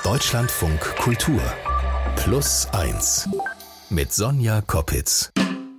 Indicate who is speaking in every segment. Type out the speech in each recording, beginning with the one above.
Speaker 1: Deutschlandfunk Kultur Plus 1 mit Sonja Koppitz.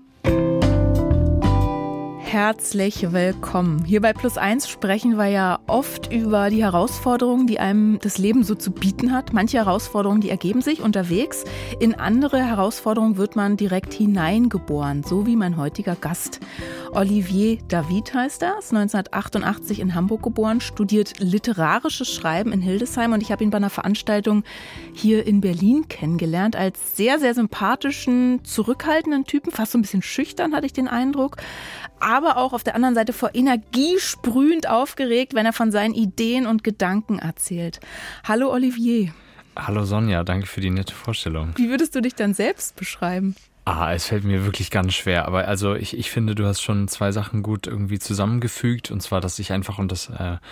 Speaker 2: Herzlich willkommen. Hier bei Plus 1 sprechen wir ja oft über die Herausforderungen, die einem das Leben so zu bieten hat. Manche Herausforderungen, die ergeben sich unterwegs. In andere Herausforderungen wird man direkt hineingeboren, so wie mein heutiger Gast. Olivier David heißt er, ist 1988 in Hamburg geboren, studiert literarisches Schreiben in Hildesheim und ich habe ihn bei einer Veranstaltung hier in Berlin kennengelernt als sehr, sehr sympathischen, zurückhaltenden Typen, fast so ein bisschen schüchtern, hatte ich den Eindruck, aber auch auf der anderen Seite vor Energie sprühend aufgeregt, wenn er von seinen Ideen und Gedanken erzählt. Hallo Olivier.
Speaker 3: Hallo Sonja, danke für die nette Vorstellung.
Speaker 2: Wie würdest du dich dann selbst beschreiben?
Speaker 3: Es fällt mir wirklich ganz schwer, aber also ich finde, du hast schon zwei Sachen gut irgendwie zusammengefügt, und zwar, dass ich einfach, und das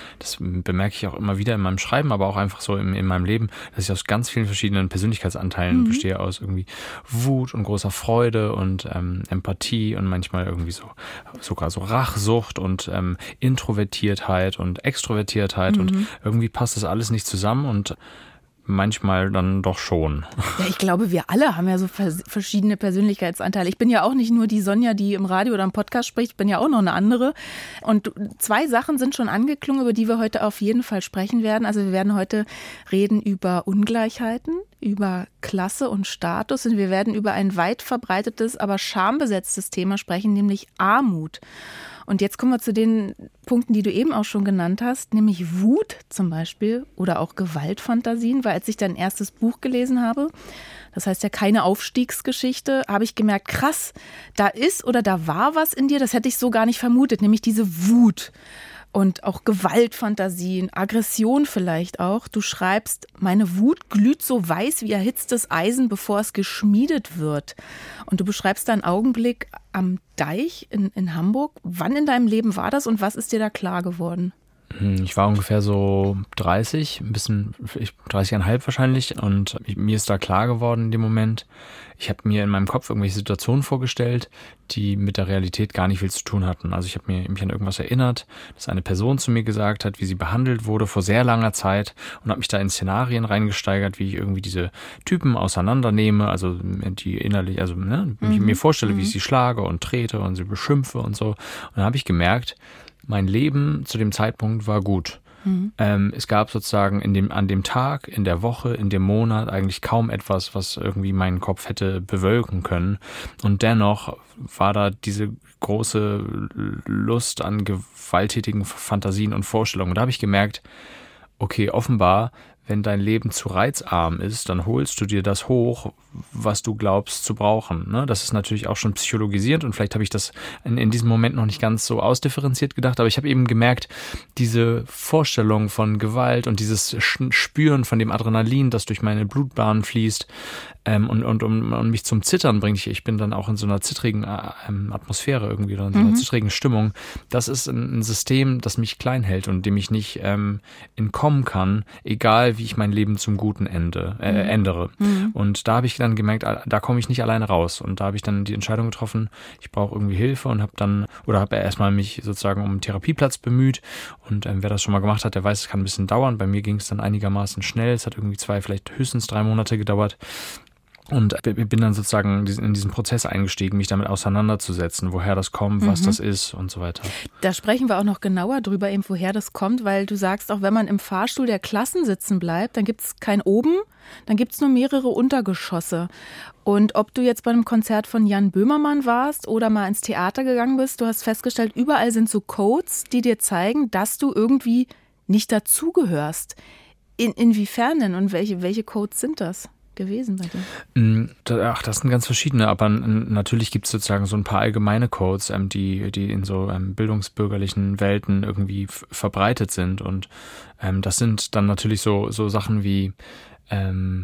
Speaker 3: bemerke ich auch immer wieder in meinem Schreiben, aber auch einfach so in meinem Leben, dass ich aus ganz vielen verschiedenen Persönlichkeitsanteilen bestehe, aus irgendwie Wut und großer Freude und Empathie und manchmal irgendwie sogar so Rachsucht und Introvertiertheit und Extrovertiertheit und irgendwie passt das alles nicht zusammen und manchmal dann doch schon.
Speaker 2: Ja, ich glaube, wir alle haben ja so verschiedene Persönlichkeitsanteile. Ich bin ja auch nicht nur die Sonja, die im Radio oder im Podcast spricht, ich bin ja auch noch eine andere. Und zwei Sachen sind schon angeklungen, über die wir heute auf jeden Fall sprechen werden. Also wir werden heute reden über Ungleichheiten, über Klasse und Status und wir werden über ein weit verbreitetes, aber schambesetztes Thema sprechen, nämlich Armut. Und jetzt kommen wir zu den Punkten, die du eben auch schon genannt hast, nämlich Wut zum Beispiel oder auch Gewaltfantasien, weil als ich dein erstes Buch gelesen habe, das heißt ja keine Aufstiegsgeschichte, habe ich gemerkt, krass, da ist oder da war was in dir, das hätte ich so gar nicht vermutet, nämlich diese Wut. Und auch Gewaltfantasien, Aggression vielleicht auch. Du schreibst, meine Wut glüht so weiß wie erhitztes Eisen, bevor es geschmiedet wird. Und du beschreibst da einen Augenblick am Deich in Hamburg. Wann in deinem Leben war das und was ist dir da klar geworden?
Speaker 3: Ich war ungefähr so 30, 30,5 wahrscheinlich, und mir ist da klar geworden in dem Moment, ich habe mir in meinem Kopf irgendwelche Situationen vorgestellt, die mit der Realität gar nicht viel zu tun hatten. Also ich habe mich an irgendwas erinnert, dass eine Person zu mir gesagt hat, wie sie behandelt wurde vor sehr langer Zeit, und habe mich da in Szenarien reingesteigert, wie ich irgendwie diese Typen auseinandernehme, also die innerlich, mir vorstelle, wie ich sie schlage und trete und sie beschimpfe und so. Und dann habe ich gemerkt, mein Leben zu dem Zeitpunkt war gut. Es gab sozusagen an dem Tag, in der Woche, in dem Monat eigentlich kaum etwas, was irgendwie meinen Kopf hätte bewölken können. Und dennoch war da diese große Lust an gewalttätigen Fantasien und Vorstellungen. Und da habe ich gemerkt, okay, offenbar, wenn dein Leben zu reizarm ist, dann holst du dir das hoch, was du glaubst zu brauchen. Ne? Das ist natürlich auch schon psychologisiert und vielleicht habe ich das in diesem Moment noch nicht ganz so ausdifferenziert gedacht, aber ich habe eben gemerkt, diese Vorstellung von Gewalt und dieses Spüren von dem Adrenalin, das durch meine Blutbahnen fließt und mich zum Zittern bringt. Ich bin dann auch in so einer zittrigen Atmosphäre irgendwie oder in so einer zittrigen Stimmung. Das ist ein System, das mich klein hält und dem ich nicht entkommen kann, egal wie ich mein Leben zum Guten ändere. Und da habe ich dann gemerkt, da komme ich nicht alleine raus. Und da habe ich dann die Entscheidung getroffen, ich brauche irgendwie Hilfe und habe erstmal mich sozusagen um einen Therapieplatz bemüht. Und wer das schon mal gemacht hat, der weiß, es kann ein bisschen dauern. Bei mir ging es dann einigermaßen schnell. Es hat irgendwie 2, vielleicht höchstens 3 Monate gedauert. Und bin dann sozusagen in diesen Prozess eingestiegen, mich damit auseinanderzusetzen, woher das kommt, was das ist und so weiter.
Speaker 2: Da sprechen wir auch noch genauer drüber, eben woher das kommt, weil du sagst, auch wenn man im Fahrstuhl der Klassen sitzen bleibt, dann gibt es kein Oben, dann gibt es nur mehrere Untergeschosse. Und ob du jetzt bei einem Konzert von Jan Böhmermann warst oder mal ins Theater gegangen bist, du hast festgestellt, überall sind so Codes, die dir zeigen, dass du irgendwie nicht dazugehörst. Inwiefern denn und welche Codes sind das gewesen bei dir?
Speaker 3: Das sind ganz verschiedene, aber natürlich gibt es sozusagen so ein paar allgemeine Codes, die in so bildungsbürgerlichen Welten irgendwie verbreitet sind, und das sind dann natürlich so Sachen wie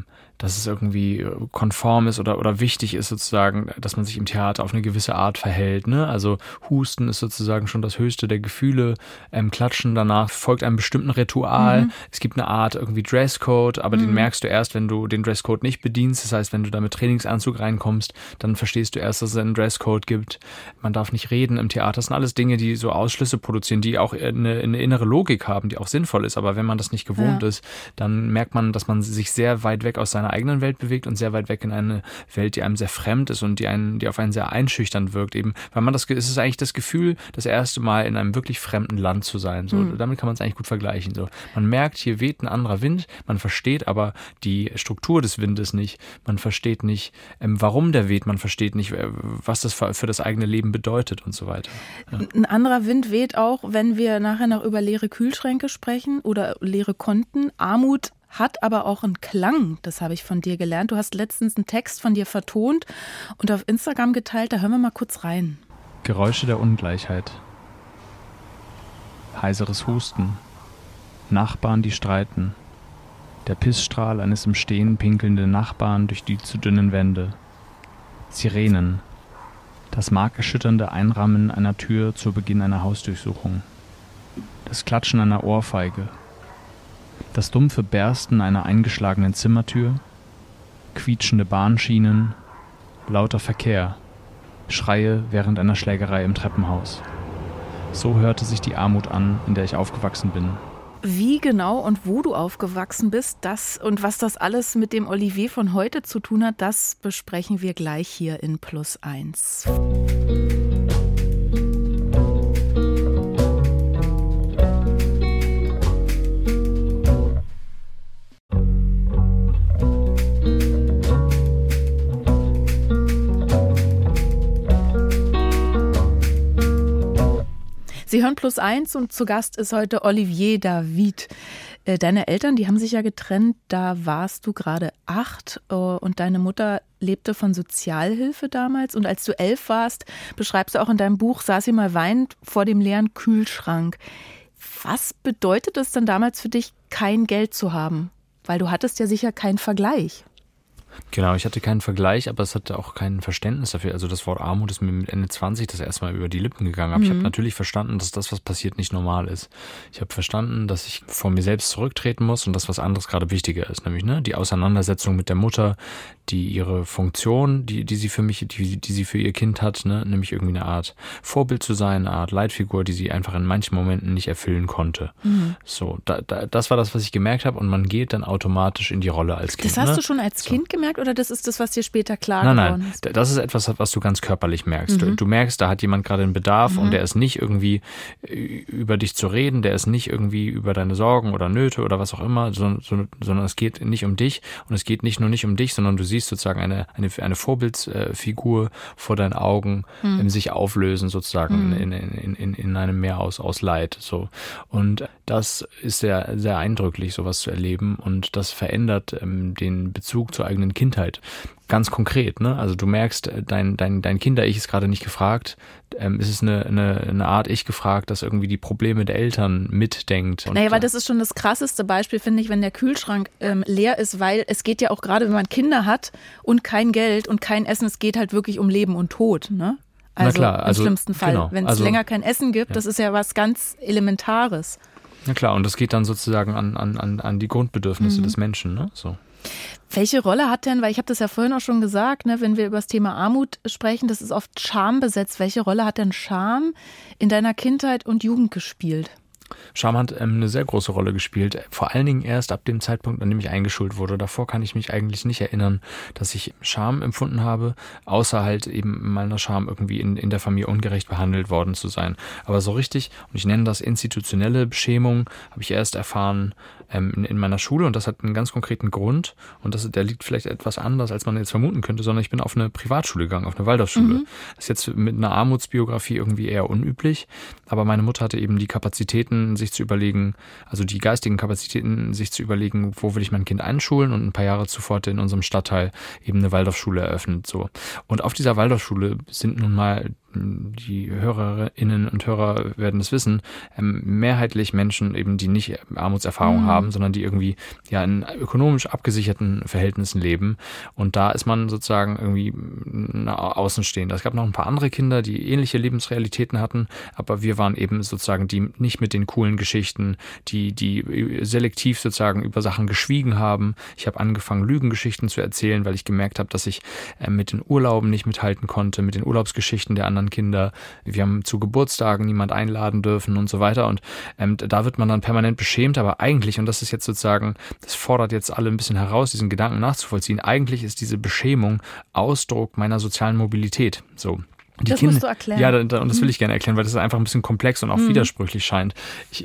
Speaker 3: dass es irgendwie konform ist oder wichtig ist sozusagen, dass man sich im Theater auf eine gewisse Art verhält. Ne? Also Husten ist sozusagen schon das höchste der Gefühle, Klatschen danach folgt einem bestimmten Ritual. Es gibt eine Art irgendwie Dresscode, aber den merkst du erst, wenn du den Dresscode nicht bedienst. Das heißt, wenn du da mit Trainingsanzug reinkommst, dann verstehst du erst, dass es einen Dresscode gibt. Man darf nicht reden im Theater. Das sind alles Dinge, die so Ausschlüsse produzieren, die auch eine innere Logik haben, die auch sinnvoll ist. Aber wenn man das nicht gewohnt ist, dann merkt man, dass man sich sehr weit weg aus seiner eigenen Welt bewegt und sehr weit weg in eine Welt, die einem sehr fremd ist und die auf einen sehr einschüchternd wirkt. Eben, weil es ist eigentlich das Gefühl, das erste Mal in einem wirklich fremden Land zu sein. So, damit kann man es eigentlich gut vergleichen. So, man merkt, hier weht ein anderer Wind, man versteht aber die Struktur des Windes nicht. Man versteht nicht, warum der weht, man versteht nicht, was das für das eigene Leben bedeutet und so weiter. Ja.
Speaker 2: Ein anderer Wind weht auch, wenn wir nachher noch über leere Kühlschränke sprechen oder leere Konten. Armut hat aber auch einen Klang, das habe ich von dir gelernt. Du hast letztens einen Text von dir vertont und auf Instagram geteilt, da hören wir mal kurz rein.
Speaker 4: Geräusche der Ungleichheit. Heiseres Husten. Nachbarn, die streiten. Der Pissstrahl eines im Stehen pinkelnden Nachbarn durch die zu dünnen Wände. Sirenen. Das markerschütternde Einrammen einer Tür zu Beginn einer Hausdurchsuchung. Das Klatschen einer Ohrfeige. Das dumpfe Bersten einer eingeschlagenen Zimmertür. Quietschende Bahnschienen. Lauter Verkehr. Schreie während einer Schlägerei im Treppenhaus. So hörte sich die Armut an, in der ich aufgewachsen bin.
Speaker 2: Wie genau und wo du aufgewachsen bist, das und was das alles mit dem Olivier von heute zu tun hat, das besprechen wir gleich hier in +1. Sie hören +1 und zu Gast ist heute Olivier David. Deine Eltern, die haben sich ja getrennt, da warst du gerade 8 und deine Mutter lebte von Sozialhilfe damals. Und als du 11 warst, beschreibst du auch in deinem Buch, saß sie mal weinend vor dem leeren Kühlschrank. Was bedeutet es denn damals für dich, kein Geld zu haben? Weil du hattest ja sicher keinen Vergleich.
Speaker 3: Genau, ich hatte keinen Vergleich, aber es hatte auch kein Verständnis dafür. Also das Wort Armut ist mir mit Ende 20 das erste Mal über die Lippen gegangen. Aber ich habe natürlich verstanden, dass das, was passiert, nicht normal ist. Ich habe verstanden, dass ich vor mir selbst zurücktreten muss und dass was anderes gerade wichtiger ist. Nämlich die Auseinandersetzung mit der Mutter, die ihre Funktion, die sie für ihr Kind hat, nämlich irgendwie eine Art Vorbild zu sein, eine Art Leitfigur, die sie einfach in manchen Momenten nicht erfüllen konnte. So, das war das, was ich gemerkt habe und man geht dann automatisch in die Rolle als Kind.
Speaker 2: Das hast du schon als Kind gemerkt oder das ist das, was dir später klar geworden ist?
Speaker 3: Nein, das ist etwas, was du ganz körperlich merkst. Du merkst, da hat jemand gerade einen Bedarf und der ist nicht irgendwie über dich zu reden, der ist nicht irgendwie über deine Sorgen oder Nöte oder was auch immer, sondern es geht nicht um dich und es geht nicht nur nicht um dich, sondern du siehst sozusagen eine Vorbildsfigur vor deinen Augen sich auflösen sozusagen in einem Meer aus Leid. So. Und das ist sehr, sehr eindrücklich, sowas zu erleben und das verändert den Bezug zur eigenen Kindheit. Ganz konkret, Also du merkst, dein Kinder-Ich ist gerade nicht gefragt. Es ist eine Art Ich gefragt, das irgendwie die Probleme der Eltern mitdenkt.
Speaker 2: Naja, weil das ist schon das krasseste Beispiel, finde ich, wenn der Kühlschrank leer ist, weil es geht ja auch gerade, wenn man Kinder hat und kein Geld und kein Essen, es geht halt wirklich um Leben und Tod, ne? Also
Speaker 3: na klar,
Speaker 2: im schlimmsten Fall.
Speaker 3: Genau,
Speaker 2: wenn es länger kein Essen gibt, das ist ja was ganz Elementares.
Speaker 3: Na klar, und das geht dann sozusagen an die Grundbedürfnisse des Menschen, ne? So.
Speaker 2: Welche Rolle hat denn, weil ich habe das ja vorhin auch schon gesagt, wenn wir über das Thema Armut sprechen, das ist oft schambesetzt. Welche Rolle hat denn Scham in deiner Kindheit und Jugend gespielt?
Speaker 3: Scham hat eine sehr große Rolle gespielt, vor allen Dingen erst ab dem Zeitpunkt, an dem ich eingeschult wurde. Davor kann ich mich eigentlich nicht erinnern, dass ich Scham empfunden habe, außer halt eben meiner Scham irgendwie in der Familie ungerecht behandelt worden zu sein. Aber so richtig, und ich nenne das institutionelle Beschämung, habe ich erst erfahren in meiner Schule und das hat einen ganz konkreten Grund und der liegt vielleicht etwas anders, als man jetzt vermuten könnte, sondern ich bin auf eine Privatschule gegangen, auf eine Waldorfschule. Das ist jetzt mit einer Armutsbiografie irgendwie eher unüblich, aber meine Mutter hatte eben die Kapazitäten, sich zu überlegen, also die geistigen Kapazitäten, sich zu überlegen, wo will ich mein Kind einschulen und ein paar Jahre zuvor in unserem Stadtteil eben eine Waldorfschule eröffnet. So. Und auf dieser Waldorfschule sind nun mal die Hörerinnen und Hörer werden es wissen, mehrheitlich Menschen eben, die nicht Armutserfahrung haben, sondern die irgendwie ja in ökonomisch abgesicherten Verhältnissen leben. Und da ist man sozusagen irgendwie außenstehend. Es gab noch ein paar andere Kinder, die ähnliche Lebensrealitäten hatten, aber wir waren eben sozusagen die nicht mit den coolen Geschichten, die selektiv sozusagen über Sachen geschwiegen haben. Ich habe angefangen, Lügengeschichten zu erzählen, weil ich gemerkt habe, dass ich mit den Urlauben nicht mithalten konnte, mit den Urlaubsgeschichten der anderen Kinder. Wir haben zu Geburtstagen niemand einladen dürfen und so weiter. Und da wird man dann permanent beschämt, aber eigentlich, und das ist jetzt sozusagen, das fordert jetzt alle ein bisschen heraus, diesen Gedanken nachzuvollziehen, eigentlich ist diese Beschämung Ausdruck meiner sozialen Mobilität. So.
Speaker 2: Das musst du erklären.
Speaker 3: Ja, und das will ich gerne erklären, weil das einfach ein bisschen komplex und auch widersprüchlich scheint.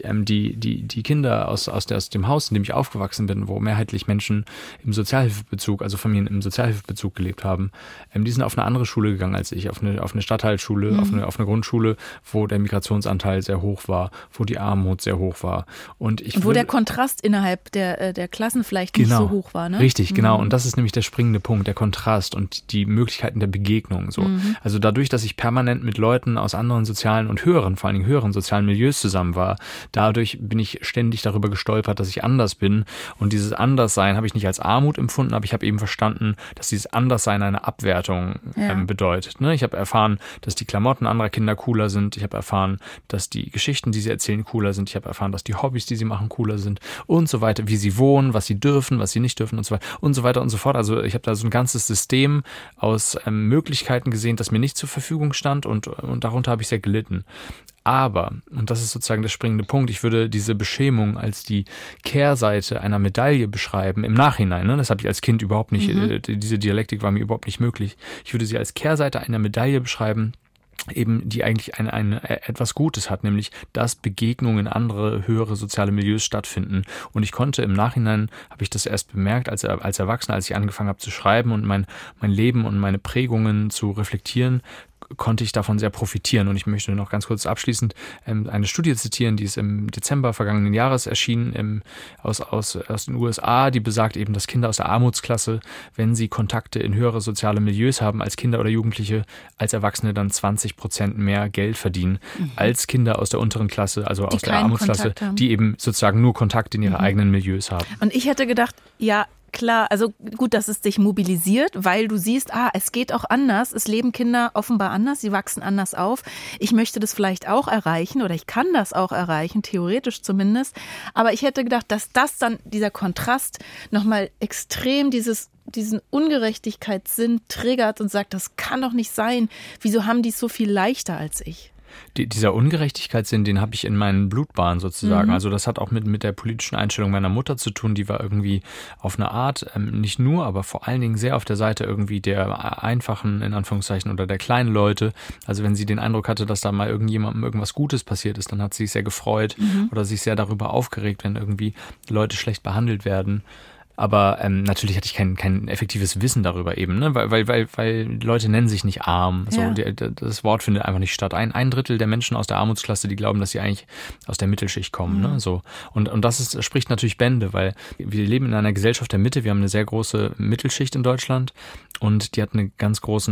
Speaker 3: Die Kinder aus dem Haus, in dem ich aufgewachsen bin, wo mehrheitlich Menschen im Sozialhilfebezug, also Familien im Sozialhilfebezug gelebt haben, die sind auf eine andere Schule gegangen als ich, auf eine Stadtteilschule, auf eine Grundschule, wo der Migrationsanteil sehr hoch war, wo die Armut sehr hoch war. Und
Speaker 2: wo der Kontrast innerhalb der Klassen vielleicht nicht so hoch war, ne?
Speaker 3: Richtig, genau. Und das ist nämlich der springende Punkt, der Kontrast und die Möglichkeiten der Begegnung. So. Also dadurch, dass ich permanent mit Leuten aus anderen sozialen und vor allen Dingen höheren sozialen Milieus zusammen war. Dadurch bin ich ständig darüber gestolpert, dass ich anders bin. Und dieses Anderssein habe ich nicht als Armut empfunden, aber ich habe eben verstanden, dass dieses Anderssein eine Abwertung bedeutet. Ne? Ich habe erfahren, dass die Klamotten anderer Kinder cooler sind. Ich habe erfahren, dass die Geschichten, die sie erzählen, cooler sind. Ich habe erfahren, dass die Hobbys, die sie machen, cooler sind und so weiter, wie sie wohnen, was sie dürfen, was sie nicht dürfen und so weiter und so fort. Also ich habe da so ein ganzes System aus Möglichkeiten gesehen, das mir nicht zur Verfügung stand und darunter habe ich sehr gelitten. Aber, und das ist sozusagen der springende Punkt, ich würde diese Beschämung als die Kehrseite einer Medaille beschreiben, im Nachhinein, ne? Das habe ich als Kind überhaupt nicht, diese Dialektik war mir überhaupt nicht möglich. Ich würde sie als Kehrseite einer Medaille beschreiben, eben die eigentlich etwas Gutes hat, nämlich dass Begegnungen in andere höhere soziale Milieus stattfinden. Und ich konnte im Nachhinein, habe ich das erst bemerkt, als Erwachsener, als ich angefangen habe zu schreiben und mein Leben und meine Prägungen zu reflektieren, konnte ich davon sehr profitieren. Und ich möchte noch ganz kurz abschließend eine Studie zitieren, die ist im Dezember vergangenen Jahres erschienen aus den USA, die besagt eben, dass Kinder aus der Armutsklasse, wenn sie Kontakte in höhere soziale Milieus haben als Kinder oder Jugendliche, als Erwachsene dann 20% mehr Geld verdienen als Kinder aus der unteren Klasse, also aus der Armutsklasse, die eben sozusagen nur Kontakt in ihre eigenen Milieus haben.
Speaker 2: Und ich hätte gedacht, ja, klar, also gut, dass es dich mobilisiert, weil du siehst, es geht auch anders. Es leben Kinder offenbar anders, sie wachsen anders auf. Ich möchte das vielleicht auch erreichen oder ich kann das auch erreichen, theoretisch zumindest. Aber ich hätte gedacht, dass das dann, dieser Kontrast nochmal extrem diesen Ungerechtigkeitssinn triggert und sagt, das kann doch nicht sein. Wieso haben die es so viel leichter als ich?
Speaker 3: Dieser Ungerechtigkeitssinn, den habe ich in meinen Blutbahnen sozusagen. Also das hat auch mit der politischen Einstellung meiner Mutter zu tun. Die war irgendwie auf eine Art, nicht nur, aber vor allen Dingen sehr auf der Seite irgendwie der einfachen, in Anführungszeichen, oder der kleinen Leute. Also wenn sie den Eindruck hatte, dass da mal irgendjemandem irgendwas Gutes passiert ist, dann hat sie sich sehr gefreut oder sich sehr darüber aufgeregt, wenn irgendwie Leute schlecht behandelt werden. Aber natürlich hatte ich kein effektives Wissen darüber eben, ne? Weil Leute nennen sich nicht arm. So, das Wort findet einfach nicht statt. Ein Drittel der Menschen aus der Armutsklasse, die glauben, dass sie eigentlich aus der Mittelschicht kommen. Ne? So. Und das spricht natürlich Bände, weil wir leben in einer Gesellschaft der Mitte. Wir haben eine sehr große Mittelschicht in Deutschland und die hat eine ganz große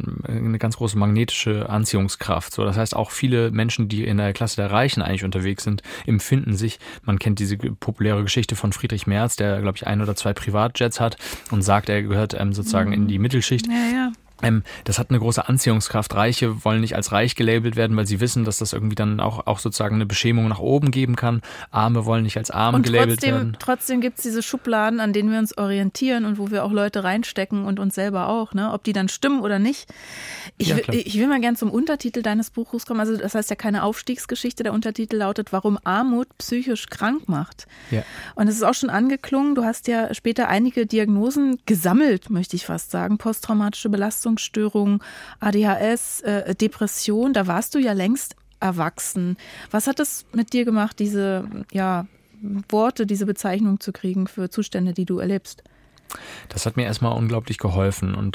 Speaker 3: magnetische Anziehungskraft. So, das heißt, auch viele Menschen, die in der Klasse der Reichen eigentlich unterwegs sind, empfinden sich, man kennt diese populäre Geschichte von Friedrich Merz, der, glaube ich, 1 oder 2 Privatjets hat und sagt, er gehört sozusagen in die Mittelschicht.
Speaker 2: Ja.
Speaker 3: Das hat eine große Anziehungskraft. Reiche wollen nicht als reich gelabelt werden, weil sie wissen, dass das irgendwie dann auch sozusagen eine Beschämung nach oben geben kann. Arme wollen nicht als arm gelabelt werden.
Speaker 2: Trotzdem gibt es diese Schubladen, an denen wir uns orientieren und wo wir auch Leute reinstecken und uns selber auch, ne? Ob die dann stimmen oder nicht. Ich will mal gern zum Untertitel deines Buches kommen. Also das heißt ja keine Aufstiegsgeschichte. Der Untertitel lautet, warum Armut psychisch krank macht. Ja. Und es ist auch schon angeklungen. Du hast ja später einige Diagnosen gesammelt, möchte ich fast sagen. Posttraumatische Belastungsstörung, ADHS, Depression, da warst du ja längst erwachsen. Was hat es mit dir gemacht, diese Worte, diese Bezeichnung zu kriegen für Zustände, die du erlebst?
Speaker 3: Das hat mir erstmal unglaublich geholfen und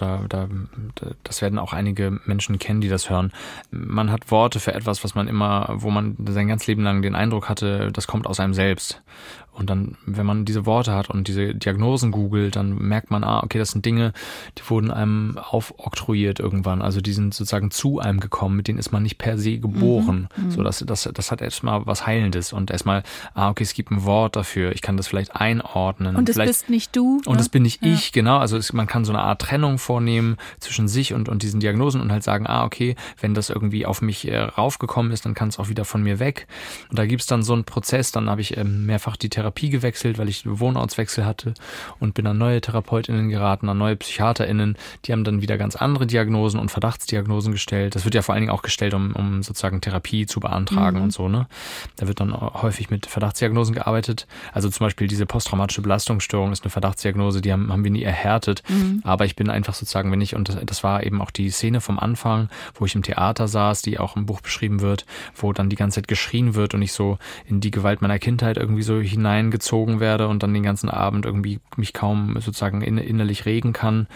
Speaker 3: das werden auch einige Menschen kennen, die das hören. Man hat Worte für etwas, wo man sein ganzes Leben lang den Eindruck hatte, das kommt aus einem selbst. Und dann, wenn man diese Worte hat und diese Diagnosen googelt, dann merkt man, okay, das sind Dinge, die wurden einem aufoktroyiert irgendwann. Also die sind sozusagen zu einem gekommen, mit denen ist man nicht per se geboren. So, das hat erstmal was Heilendes und erstmal, okay, es gibt ein Wort dafür, ich kann das vielleicht einordnen.
Speaker 2: Und das bist nicht du.
Speaker 3: Und das bin nicht ich, genau. Also man kann so eine Art Trennung vornehmen zwischen sich und diesen Diagnosen und halt sagen, okay, wenn das irgendwie auf mich raufgekommen ist, dann kann es auch wieder von mir weg. Und da gibt's dann so einen Prozess, dann habe ich mehrfach die Therapie gewechselt, weil ich einen Wohnortswechsel hatte und bin an neue TherapeutInnen geraten, an neue PsychiaterInnen, die haben dann wieder ganz andere Diagnosen und Verdachtsdiagnosen gestellt. Das wird ja vor allen Dingen auch gestellt, um sozusagen Therapie zu beantragen und so, ne? Da wird dann häufig mit Verdachtsdiagnosen gearbeitet. Also zum Beispiel diese posttraumatische Belastungsstörung ist eine Verdachtsdiagnose, die haben wir nie erhärtet. Aber ich bin einfach sozusagen, und das war eben auch die Szene vom Anfang, wo ich im Theater saß, die auch im Buch beschrieben wird, wo dann die ganze Zeit geschrien wird und ich so in die Gewalt meiner Kindheit irgendwie so hineingezogen werde und dann den ganzen Abend irgendwie mich kaum sozusagen innerlich regen kann.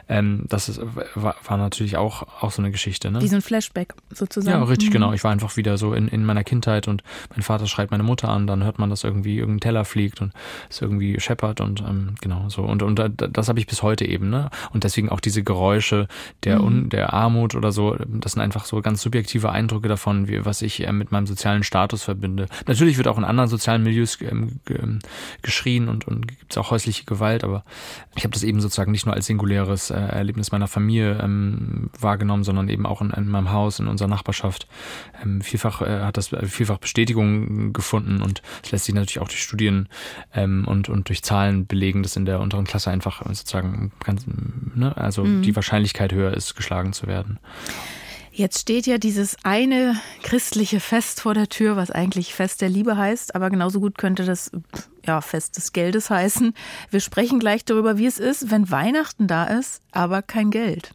Speaker 3: Das war natürlich auch so eine Geschichte. Ne?
Speaker 2: Wie so ein Flashback sozusagen.
Speaker 3: Ja, richtig, genau. Ich war einfach wieder so in meiner Kindheit und mein Vater schreit meine Mutter an, dann hört man, dass irgendwie irgendein Teller fliegt und es irgendwie scheppert und genau so. Und das habe ich bis heute eben. Ne? Und deswegen auch diese Geräusche der Armut oder so, das sind einfach so ganz subjektive Eindrücke davon, was ich mit meinem sozialen Status verbinde. Natürlich wird auch in anderen sozialen Milieus geschrien und gibt es auch häusliche Gewalt, aber ich habe das eben sozusagen nicht nur als singuläres Erlebnis meiner Familie wahrgenommen, sondern eben auch in meinem Haus, in unserer Nachbarschaft. Hat das vielfach Bestätigung gefunden und es lässt sich natürlich auch durch Studien und durch Zahlen belegen, dass in der unteren Klasse einfach sozusagen ganz, die Wahrscheinlichkeit höher ist, geschlagen zu werden.
Speaker 2: Jetzt steht ja dieses eine christliche Fest vor der Tür, was eigentlich Fest der Liebe heißt, aber genauso gut könnte das Fest des Geldes heißen. Wir sprechen gleich darüber, wie es ist, wenn Weihnachten da ist, aber kein Geld.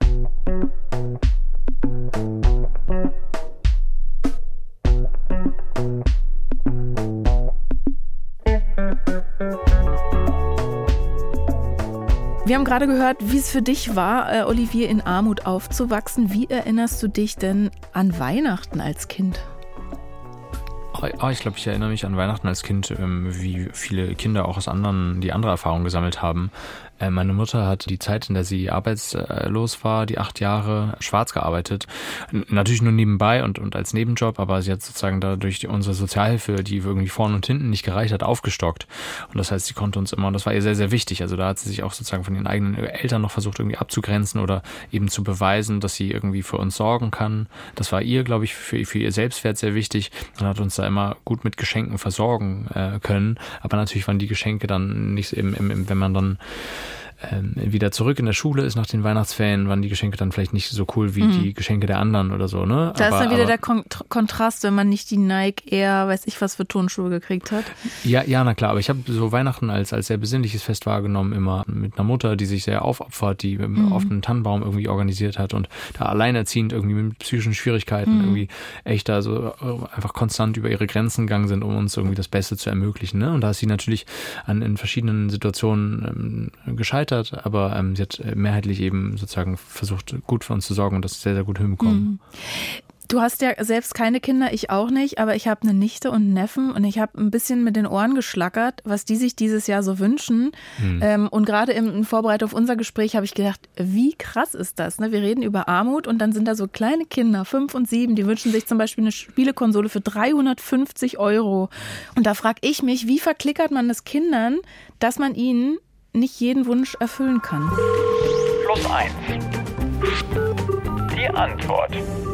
Speaker 2: Wir haben gerade gehört, wie es für dich war, Olivier, in Armut aufzuwachsen. Wie erinnerst du dich denn an Weihnachten als Kind?
Speaker 3: Ich glaube, ich erinnere mich an Weihnachten als Kind, wie viele Kinder auch die andere Erfahrungen gesammelt haben. Meine Mutter hat die Zeit, in der sie arbeitslos war, die 8 Jahre schwarz gearbeitet. Natürlich nur nebenbei und als Nebenjob, aber sie hat sozusagen dadurch unsere Sozialhilfe, die irgendwie vorne und hinten nicht gereicht hat, aufgestockt. Und das heißt, sie konnte uns immer, und das war ihr sehr, sehr wichtig. Also da hat sie sich auch sozusagen von ihren eigenen Eltern noch versucht, irgendwie abzugrenzen oder eben zu beweisen, dass sie irgendwie für uns sorgen kann. Das war ihr, glaube ich, für ihr Selbstwert sehr wichtig und hat uns da immer gut mit Geschenken versorgen können. Aber natürlich waren die Geschenke dann nicht wenn man dann wieder zurück in der Schule ist nach den Weihnachtsferien, waren die Geschenke dann vielleicht nicht so cool wie die Geschenke der anderen oder so, ne?
Speaker 2: Da ist dann wieder der Kontrast, wenn man nicht die Nike Air, weiß ich was für Turnschuhe gekriegt hat.
Speaker 3: Ja, na klar, aber ich habe so Weihnachten als sehr besinnliches Fest wahrgenommen, immer mit einer Mutter, die sich sehr aufopfert, die oft einen Tannenbaum irgendwie organisiert hat und da alleinerziehend irgendwie mit psychischen Schwierigkeiten irgendwie echt da so einfach konstant über ihre Grenzen gegangen sind, um uns irgendwie das Beste zu ermöglichen, ne? Und da ist sie natürlich in verschiedenen Situationen gescheitert, aber sie hat mehrheitlich eben sozusagen versucht, gut für uns zu sorgen und das sehr, sehr gut hinbekommen.
Speaker 2: Du hast ja selbst keine Kinder, ich auch nicht, aber ich habe eine Nichte und einen Neffen und ich habe ein bisschen mit den Ohren geschlackert, was die sich dieses Jahr so wünschen. Und gerade in Vorbereitung auf unser Gespräch habe ich gedacht, wie krass ist das? Ne? Wir reden über Armut und dann sind da so kleine Kinder, 5 und 7, die wünschen sich zum Beispiel eine Spielekonsole für 350 €. Und da frage ich mich, wie verklickert man es Kindern, dass man ihnen nicht jeden Wunsch erfüllen kann?
Speaker 5: Plus 1. Die Antwort.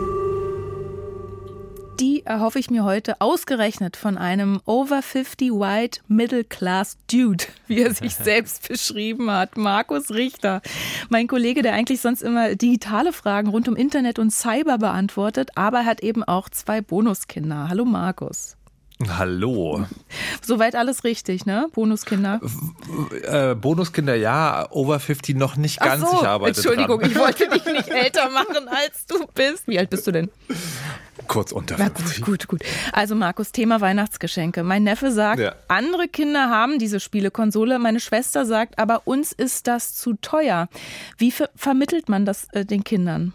Speaker 2: Die erhoffe ich mir heute ausgerechnet von einem over 50 white middle class dude, wie er sich selbst beschrieben hat, Markus Richter. Mein Kollege, der eigentlich sonst immer digitale Fragen rund um Internet und Cyber beantwortet, aber er hat eben auch 2 Bonuskinder. Hallo Markus.
Speaker 6: Hallo.
Speaker 2: Soweit alles richtig, ne? Bonuskinder.
Speaker 6: Bonuskinder, ja, over 50 noch nicht ganz.
Speaker 2: So,
Speaker 6: ich arbeite
Speaker 2: Entschuldigung,
Speaker 6: dran.
Speaker 2: Ich wollte dich nicht älter machen, als du bist. Wie alt bist du denn?
Speaker 6: kurz unter
Speaker 2: Na
Speaker 6: 50.
Speaker 2: gut. Also Markus, Thema Weihnachtsgeschenke. Mein Neffe sagt, andere Kinder haben diese Spielekonsole. Meine Schwester sagt, aber uns ist das zu teuer. Wie vermittelt man das den Kindern?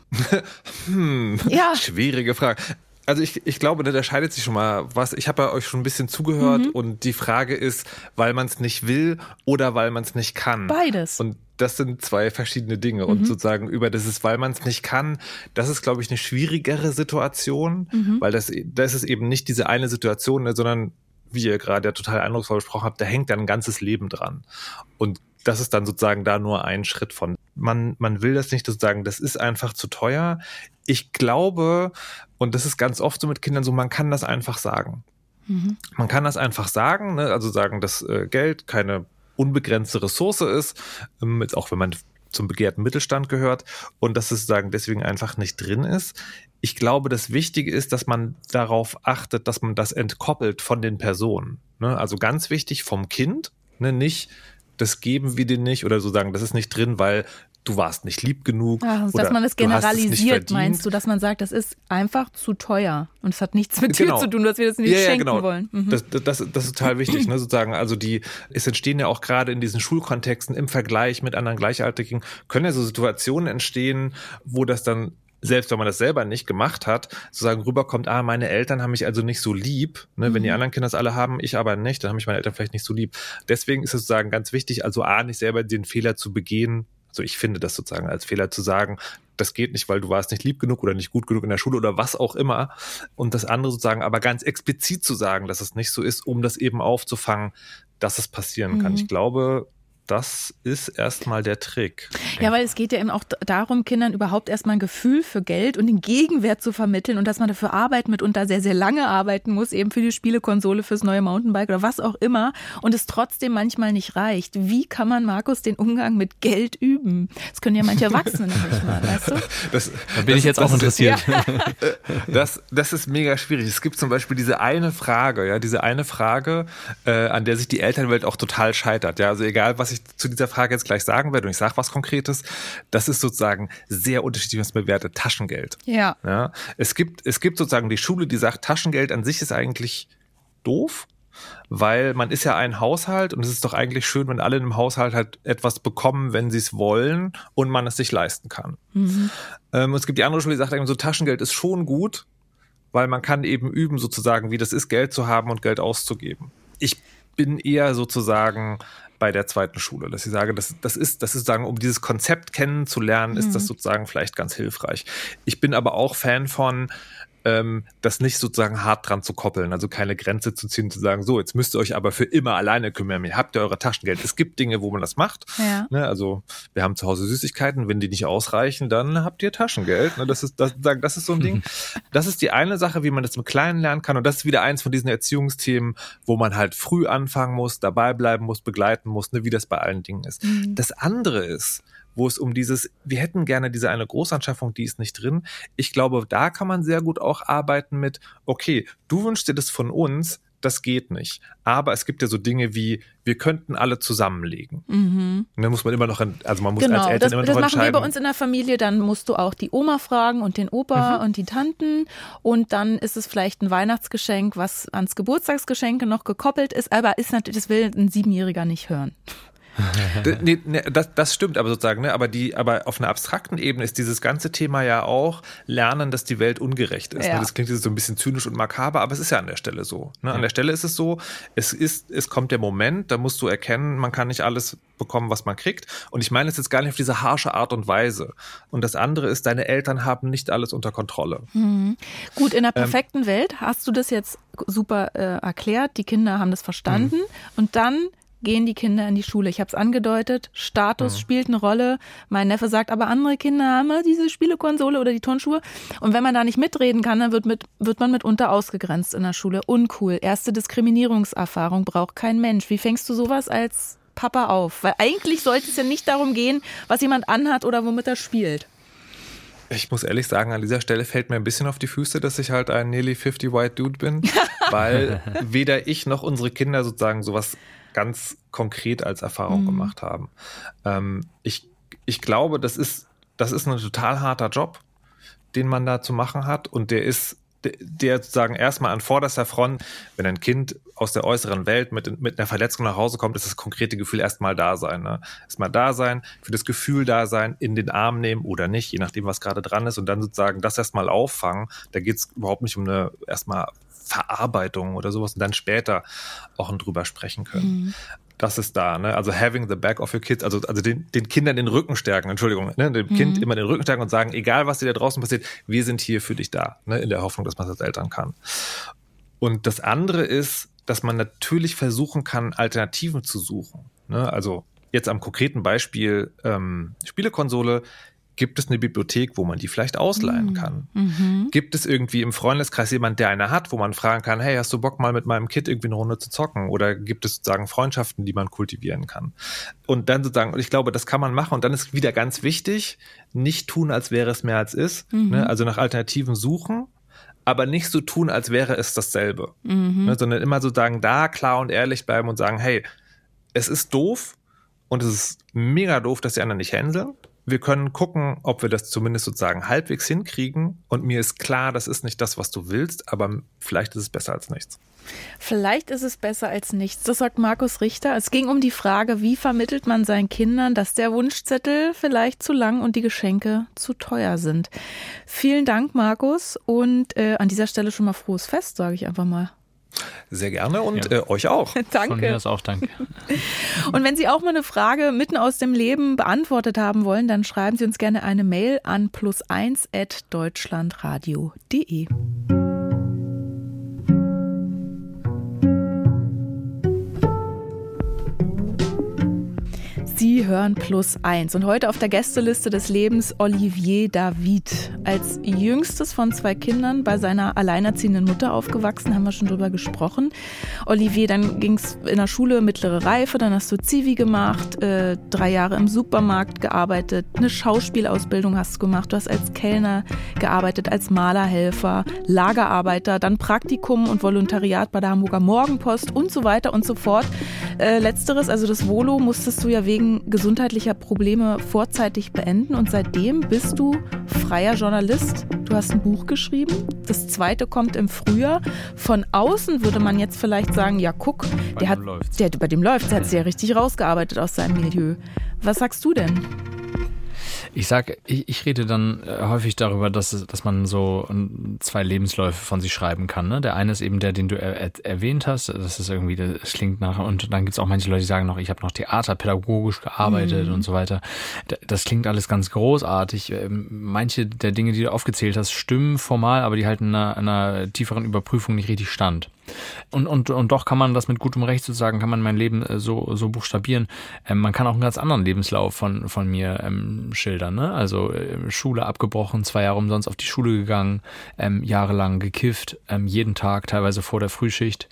Speaker 2: Ja.
Speaker 6: Schwierige Frage. Also ich glaube, da scheidet sich schon mal was. Ich habe ja euch schon ein bisschen zugehört und die Frage ist, weil man es nicht will oder weil man es nicht kann.
Speaker 2: Beides.
Speaker 6: Und das sind zwei verschiedene Dinge. Und sozusagen weil man es nicht kann, das ist, glaube ich, eine schwierigere Situation, weil das ist eben nicht diese eine Situation, ne, sondern, wie ihr gerade ja total eindrucksvoll besprochen habt, da hängt dann ein ganzes Leben dran. Und das ist dann sozusagen da nur ein Schritt von. Man will das nicht sozusagen, das ist einfach zu teuer. Ich glaube, und das ist ganz oft so mit Kindern so, man kann das einfach sagen. Man kann das einfach sagen, ne? Also sagen, dass Geld keine unbegrenzte Ressource ist, jetzt auch wenn man zum begehrten Mittelstand gehört und dass es sozusagen deswegen einfach nicht drin ist. Ich glaube, das Wichtige ist, dass man darauf achtet, dass man das entkoppelt von den Personen. Ne? Also ganz wichtig vom Kind, ne? Nicht, das geben wir dir nicht oder so sagen, das ist nicht drin, weil du warst nicht lieb genug.
Speaker 2: Ach,
Speaker 6: oder
Speaker 2: dass man das generalisiert, meinst du,
Speaker 6: du?
Speaker 2: dass man sagt, das ist einfach zu teuer und es hat nichts mit dir zu tun, dass wir das nicht schenken wollen.
Speaker 6: Das ist total wichtig, ne, sozusagen. Also es entstehen ja auch gerade in diesen Schulkontexten im Vergleich mit anderen Gleichaltrigen, können ja so Situationen entstehen, wo das dann, selbst wenn man das selber nicht gemacht hat, sozusagen rüberkommt, meine Eltern haben mich also nicht so lieb, ne, wenn die anderen Kinder das alle haben, ich aber nicht, dann haben mich meine Eltern vielleicht nicht so lieb. Deswegen ist es sozusagen ganz wichtig, also nicht selber den Fehler zu begehen. Also ich finde das sozusagen als Fehler zu sagen, das geht nicht, weil du warst nicht lieb genug oder nicht gut genug in der Schule oder was auch immer. Und das andere sozusagen aber ganz explizit zu sagen, dass es nicht so ist, um das eben aufzufangen, dass es passieren kann. Ich glaube, das ist erstmal der Trick.
Speaker 2: Ja, weil es geht ja eben auch darum, Kindern überhaupt erstmal ein Gefühl für Geld und den Gegenwert zu vermitteln und dass man dafür mitunter sehr, sehr lange arbeiten muss, eben für die Spielekonsole, fürs neue Mountainbike oder was auch immer und es trotzdem manchmal nicht reicht. Wie kann man, Markus, den Umgang mit Geld üben? Das können ja manche Erwachsene nicht mal, weißt du?
Speaker 3: Da bin ich jetzt auch interessiert.
Speaker 6: Das ist mega schwierig. Es gibt zum Beispiel diese eine Frage, an der sich die Elternwelt auch total scheitert. Ja, also egal, was ich zu dieser Frage jetzt gleich sagen werde und ich sage was Konkretes, das ist sozusagen sehr unterschiedlich, was bewertet Taschengeld.
Speaker 2: Ja.
Speaker 6: Es gibt sozusagen die Schule, die sagt, Taschengeld an sich ist eigentlich doof, weil man ist ja ein Haushalt und es ist doch eigentlich schön, wenn alle in einem Haushalt halt etwas bekommen, wenn sie es wollen und man es sich leisten kann. Es gibt die andere Schule, die sagt eben so, Taschengeld ist schon gut, weil man kann eben üben sozusagen, wie das ist, Geld zu haben und Geld auszugeben. Ich bin eher sozusagen bei der zweiten Schule, dass ich sage, das ist sozusagen, um dieses Konzept kennenzulernen, ist das sozusagen vielleicht ganz hilfreich. Ich bin aber auch Fan von, das nicht sozusagen hart dran zu koppeln, also keine Grenze zu ziehen, zu sagen, so, jetzt müsst ihr euch aber für immer alleine kümmern, ihr habt ja eure Taschengeld. Es gibt Dinge, wo man das macht, ne? Also wir haben zu Hause Süßigkeiten, wenn die nicht ausreichen, dann habt ihr Taschengeld, ne? Das ist so ein Ding. Das ist die eine Sache, wie man das im Kleinen lernen kann und das ist wieder eins von diesen Erziehungsthemen, wo man halt früh anfangen muss, dabei bleiben muss, begleiten muss, ne? Wie das bei allen Dingen ist. Das andere ist, wo es um wir hätten gerne diese eine Großanschaffung, die ist nicht drin. Ich glaube, da kann man sehr gut auch arbeiten mit, okay, du wünschst dir das von uns, das geht nicht. Aber es gibt ja so Dinge wie, wir könnten alle zusammenlegen. Und dann muss man immer noch, also man muss als Eltern immer noch entscheiden.
Speaker 2: Das machen wir bei uns in der Familie, dann musst du auch die Oma fragen und den Opa und die Tanten und dann ist es vielleicht ein Weihnachtsgeschenk, was ans Geburtstagsgeschenke noch gekoppelt ist, aber ist natürlich, das will ein 7-Jähriger nicht hören.
Speaker 6: Nee, das stimmt, aber sozusagen, ne, aber auf einer abstrakten Ebene ist dieses ganze Thema ja auch Lernen, dass die Welt ungerecht ist.
Speaker 2: Ja.
Speaker 6: Ne? Das klingt jetzt so ein bisschen zynisch und makaber, aber es ist ja an der Stelle so. Ne? An der Stelle ist es so, es kommt der Moment, da musst du erkennen, man kann nicht alles bekommen, was man kriegt. Und ich meine es jetzt gar nicht auf diese harsche Art und Weise. Und das andere ist, deine Eltern haben nicht alles unter Kontrolle.
Speaker 2: Gut, in der perfekten Welt hast du das jetzt super erklärt, die Kinder haben das verstanden und dann gehen die Kinder in die Schule. Ich habe es angedeutet, Status spielt eine Rolle. Mein Neffe sagt, aber andere Kinder haben diese Spielekonsole oder die Turnschuhe. Und wenn man da nicht mitreden kann, dann wird man mitunter ausgegrenzt in der Schule. Uncool. Erste Diskriminierungserfahrung braucht kein Mensch. Wie fängst du sowas als Papa auf? Weil eigentlich sollte es ja nicht darum gehen, was jemand anhat oder womit er spielt.
Speaker 6: Ich muss ehrlich sagen, an dieser Stelle fällt mir ein bisschen auf die Füße, dass ich halt ein nearly 50 white dude bin, weil weder ich noch unsere Kinder sozusagen sowas ganz konkret als Erfahrung gemacht haben. Ich glaube, das ist ein total harter Job, den man da zu machen hat und der ist der sozusagen erstmal an vorderster Front, wenn ein Kind aus der äußeren Welt mit einer Verletzung nach Hause kommt, ist das konkrete Gefühl erstmal da sein. Ne? Erstmal da sein, für das Gefühl da sein, in den Arm nehmen oder nicht, je nachdem, was gerade dran ist und dann sozusagen das erstmal auffangen. Da geht es überhaupt nicht um eine erstmal Verarbeitung oder sowas und dann später auch drüber sprechen können. Das ist da, ne? Also having the back of your kids, also den Kindern den Rücken stärken, Entschuldigung, ne? Dem Kind immer den Rücken stärken und sagen, egal was dir da draußen passiert, wir sind hier für dich da, ne? In der Hoffnung, dass man es als Eltern kann. Und das andere ist, dass man natürlich versuchen kann, Alternativen zu suchen, ne? Also jetzt am konkreten Beispiel Spielekonsole. Gibt es eine Bibliothek, wo man die vielleicht ausleihen kann? Gibt es irgendwie im Freundeskreis jemand, der eine hat, wo man fragen kann, hey, hast du Bock mal mit meinem Kind irgendwie eine Runde zu zocken? Oder gibt es sozusagen Freundschaften, die man kultivieren kann? Und dann sozusagen, und ich glaube, das kann man machen. Und dann ist wieder ganz wichtig, nicht tun, als wäre es mehr als ist. Ne? Also nach Alternativen suchen, aber nicht so tun, als wäre es dasselbe. Ne? Sondern immer sozusagen da klar und ehrlich bleiben und sagen, hey, es ist doof und es ist mega doof, dass die anderen nicht hänseln. Wir können gucken, ob wir das zumindest sozusagen halbwegs hinkriegen. Und mir ist klar, das ist nicht das, was du willst, aber vielleicht ist es besser als nichts.
Speaker 2: Vielleicht ist es besser als nichts. Das sagt Markus Richter. Es ging um die Frage, wie vermittelt man seinen Kindern, dass der Wunschzettel vielleicht zu lang und die Geschenke zu teuer sind. Vielen Dank, Markus. Und an dieser Stelle schon mal frohes Fest, sage ich einfach mal.
Speaker 6: Sehr gerne und euch auch.
Speaker 2: Danke.
Speaker 3: Von mir aus auch danke.
Speaker 2: Und wenn Sie auch mal eine Frage mitten aus dem Leben beantwortet haben wollen, dann schreiben Sie uns gerne eine Mail an +1@deutschlandradio.de. Sie hören +1 und heute auf der Gästeliste des Lebens Olivier David. Als jüngstes von 2 Kindern bei seiner alleinerziehenden Mutter aufgewachsen, haben wir schon drüber gesprochen. Olivier, dann ging es in der Schule mittlere Reife, dann hast du Zivi gemacht, 3 Jahre im Supermarkt gearbeitet, eine Schauspielausbildung hast du gemacht, du hast als Kellner gearbeitet, als Malerhelfer, Lagerarbeiter, dann Praktikum und Volontariat bei der Hamburger Morgenpost und so weiter und so fort. Letzteres, also das Volo, musstest du ja wegen gesundheitlicher Probleme vorzeitig beenden und seitdem bist du freier Journalist. Du hast ein Buch geschrieben, das 2. kommt im Frühjahr. Von außen würde man jetzt vielleicht sagen, ja guck, bei dem läuft, der hat es ja richtig rausgearbeitet aus seinem Milieu. Was sagst du denn?
Speaker 3: Ich rede dann häufig darüber, dass man so 2 Lebensläufe von sich schreiben kann. Ne? Der eine ist eben der, den du erwähnt hast. Das ist irgendwie, das klingt nach, und dann gibt es auch manche Leute, die sagen noch, ich habe noch theaterpädagogisch gearbeitet und so weiter. Das klingt alles ganz großartig. Manche der Dinge, die du aufgezählt hast, stimmen formal, aber die halten einer tieferen Überprüfung nicht richtig stand. Und doch kann man das mit gutem Recht sozusagen, kann man mein Leben so buchstabieren. Man kann auch einen ganz anderen Lebenslauf von mir schildern. Ne? Also Schule abgebrochen, 2 Jahre umsonst auf die Schule gegangen, jahrelang gekifft, jeden Tag, teilweise vor der Frühschicht,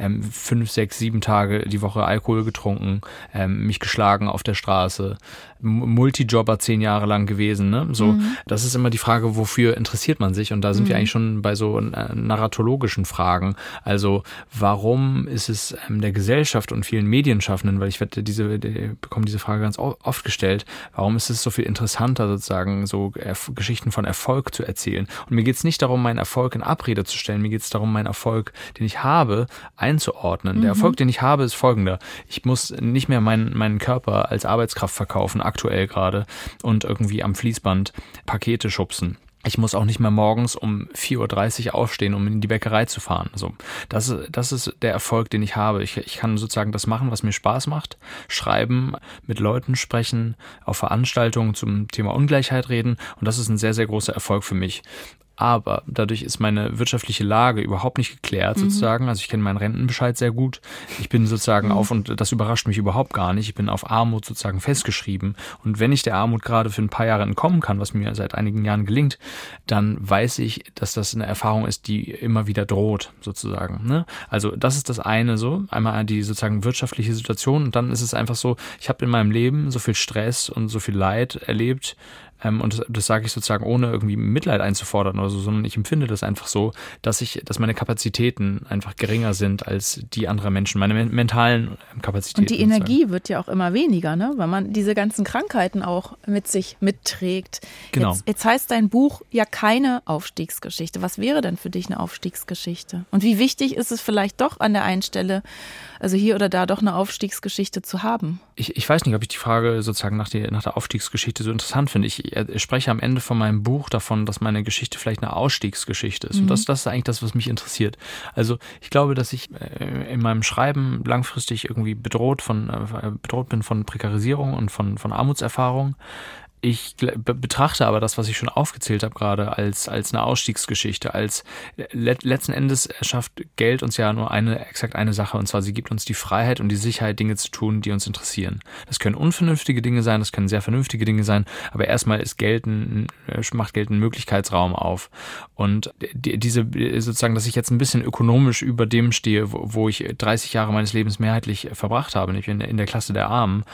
Speaker 3: 5, 6, 7 Tage die Woche Alkohol getrunken, mich geschlagen auf der Straße, Multijobber 10 Jahre lang gewesen. Ne? So, das ist immer die Frage, wofür interessiert man sich? Und da sind wir eigentlich schon bei so narratologischen Fragen. Also warum ist es der Gesellschaft und vielen Medienschaffenden, weil ich bekomme diese Frage ganz oft gestellt, warum ist es so viel interessanter sozusagen, so Geschichten von Erfolg zu erzählen? Und mir geht es nicht darum, meinen Erfolg in Abrede zu stellen, mir geht es darum, meinen Erfolg, den ich habe, einzuordnen. Der Erfolg, den ich habe, ist folgender. Ich muss nicht mehr meinen Körper als Arbeitskraft verkaufen, aktuell gerade, und irgendwie am Fließband Pakete schubsen. Ich muss auch nicht mehr morgens um 4.30 Uhr aufstehen, um in die Bäckerei zu fahren. So, das ist der Erfolg, den ich habe. Ich kann sozusagen das machen, was mir Spaß macht. Schreiben, mit Leuten sprechen, auf Veranstaltungen zum Thema Ungleichheit reden. Und das ist ein sehr, sehr großer Erfolg für mich. Aber dadurch ist meine wirtschaftliche Lage überhaupt nicht geklärt sozusagen. Also ich kenne meinen Rentenbescheid sehr gut. Ich bin sozusagen und das überrascht mich überhaupt gar nicht, ich bin auf Armut sozusagen festgeschrieben. Und wenn ich der Armut gerade für ein paar Jahre entkommen kann, was mir seit einigen Jahren gelingt, dann weiß ich, dass das eine Erfahrung ist, die immer wieder droht sozusagen. Ne? Also das ist das eine so. Einmal die sozusagen wirtschaftliche Situation und dann ist es einfach so, ich habe in meinem Leben so viel Stress und so viel Leid erlebt, Und das sage ich sozusagen ohne irgendwie Mitleid einzufordern oder so, sondern ich empfinde das einfach so, dass meine Kapazitäten einfach geringer sind als die anderer Menschen, meine mentalen Kapazitäten.
Speaker 2: Und die Energie wird ja auch immer weniger, ne? Weil man diese ganzen Krankheiten auch mit sich mitträgt.
Speaker 3: Genau.
Speaker 2: Jetzt heißt dein Buch ja keine Aufstiegsgeschichte. Was wäre denn für dich eine Aufstiegsgeschichte? Und wie wichtig ist es vielleicht doch an der einen Stelle, also hier oder da doch eine Aufstiegsgeschichte zu haben?
Speaker 3: Ich weiß nicht, ob ich die Frage sozusagen nach der Aufstiegsgeschichte so interessant finde. Ich spreche am Ende von meinem Buch davon, dass meine Geschichte vielleicht eine Ausstiegsgeschichte ist. Und das ist eigentlich das, was mich interessiert. Also ich glaube, dass ich in meinem Schreiben langfristig irgendwie bedroht bin von Prekarisierung und von Armutserfahrung. Ich betrachte aber das, was ich schon aufgezählt habe gerade, als eine Ausstiegsgeschichte, als letzten Endes schafft Geld uns ja nur exakt eine Sache, und zwar sie gibt uns die Freiheit und die Sicherheit, Dinge zu tun, die uns interessieren. Das können unvernünftige Dinge sein, das können sehr vernünftige Dinge sein, aber erstmal macht Geld einen Möglichkeitsraum auf. Und diese sozusagen, dass ich jetzt ein bisschen ökonomisch über dem stehe, wo ich 30 Jahre meines Lebens mehrheitlich verbracht habe, nämlich in der Klasse der Armen,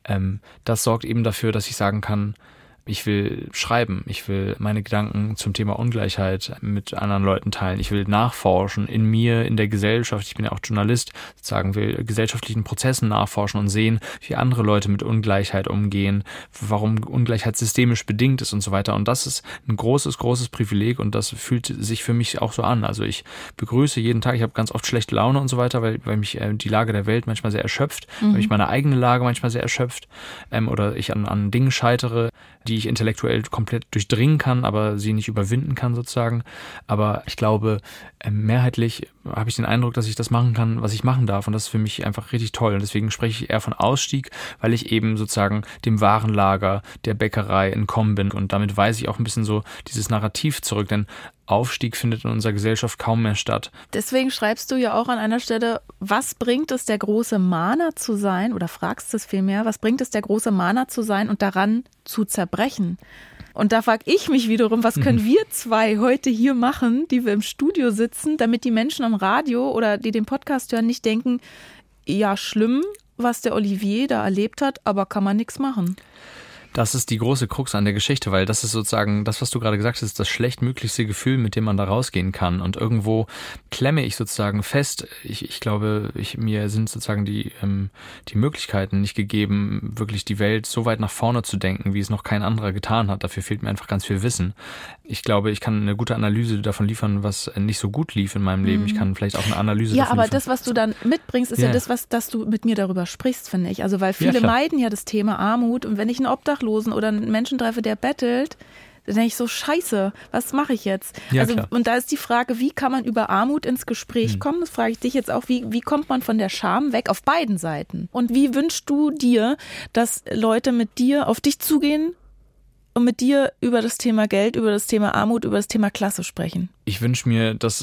Speaker 3: das sorgt eben dafür, dass ich sagen kann, ich will schreiben, ich will meine Gedanken zum Thema Ungleichheit mit anderen Leuten teilen, ich will nachforschen in mir, in der Gesellschaft, ich bin ja auch Journalist, sozusagen will gesellschaftlichen Prozessen nachforschen und sehen, wie andere Leute mit Ungleichheit umgehen, warum Ungleichheit systemisch bedingt ist und so weiter. Und das ist ein großes, großes Privileg und das fühlt sich für mich auch so an. Also ich begrüße jeden Tag, ich habe ganz oft schlechte Laune und so weiter, weil mich die Lage der Welt manchmal sehr erschöpft, weil mich meine eigene Lage manchmal sehr erschöpft oder ich an Dingen scheitere, die ich intellektuell komplett durchdringen kann, aber sie nicht überwinden kann sozusagen. Aber ich glaube, mehrheitlich habe ich den Eindruck, dass ich das machen kann, was ich machen darf. Und das ist für mich einfach richtig toll. Und deswegen spreche ich eher von Ausstieg, weil ich eben sozusagen dem Warenlager der Bäckerei entkommen bin. Und damit weise ich auch ein bisschen so dieses Narrativ zurück. Denn Aufstieg findet in unserer Gesellschaft kaum mehr statt.
Speaker 2: Deswegen schreibst du ja auch an einer Stelle, was bringt es, der große Mahner zu sein, oder fragst es vielmehr, was bringt es, der große Mahner zu sein und daran zu zerbrechen? Und da frage ich mich wiederum, was können wir zwei heute hier machen, die wir im Studio sitzen, damit die Menschen am Radio oder die den Podcast hören, nicht denken, ja, schlimm, was der Olivier da erlebt hat, aber kann man nichts machen.
Speaker 3: Das ist die große Krux an der Geschichte, weil das ist sozusagen das, was du gerade gesagt hast, das schlechtmöglichste Gefühl, mit dem man da rausgehen kann. Und irgendwo klemme ich sozusagen fest. Ich glaube, mir sind sozusagen die Möglichkeiten nicht gegeben, wirklich die Welt so weit nach vorne zu denken, wie es noch kein anderer getan hat. Dafür fehlt mir einfach ganz viel Wissen. Ich glaube, ich kann eine gute Analyse davon liefern, was nicht so gut lief in meinem Leben. Ich kann vielleicht auch eine Analyse davon liefern. Ja, aber
Speaker 2: das, was du dann mitbringst, ist ja das, dass du mit mir darüber sprichst, finde ich. Also weil viele meiden ja das Thema Armut. Und wenn ich einen Obdachlosen oder einen Menschen treffe, der bettelt, dann denke ich so, scheiße, was mache ich jetzt?
Speaker 3: Ja,
Speaker 2: also,
Speaker 3: klar.
Speaker 2: Und da ist die Frage, wie kann man über Armut ins Gespräch kommen? Das frage ich dich jetzt auch. Wie kommt man von der Scham weg auf beiden Seiten? Und wie wünschst du dir, dass Leute mit dir auf dich zugehen und mit dir über das Thema Geld, über das Thema Armut, über das Thema Klasse sprechen?
Speaker 3: Ich wünsche mir, dass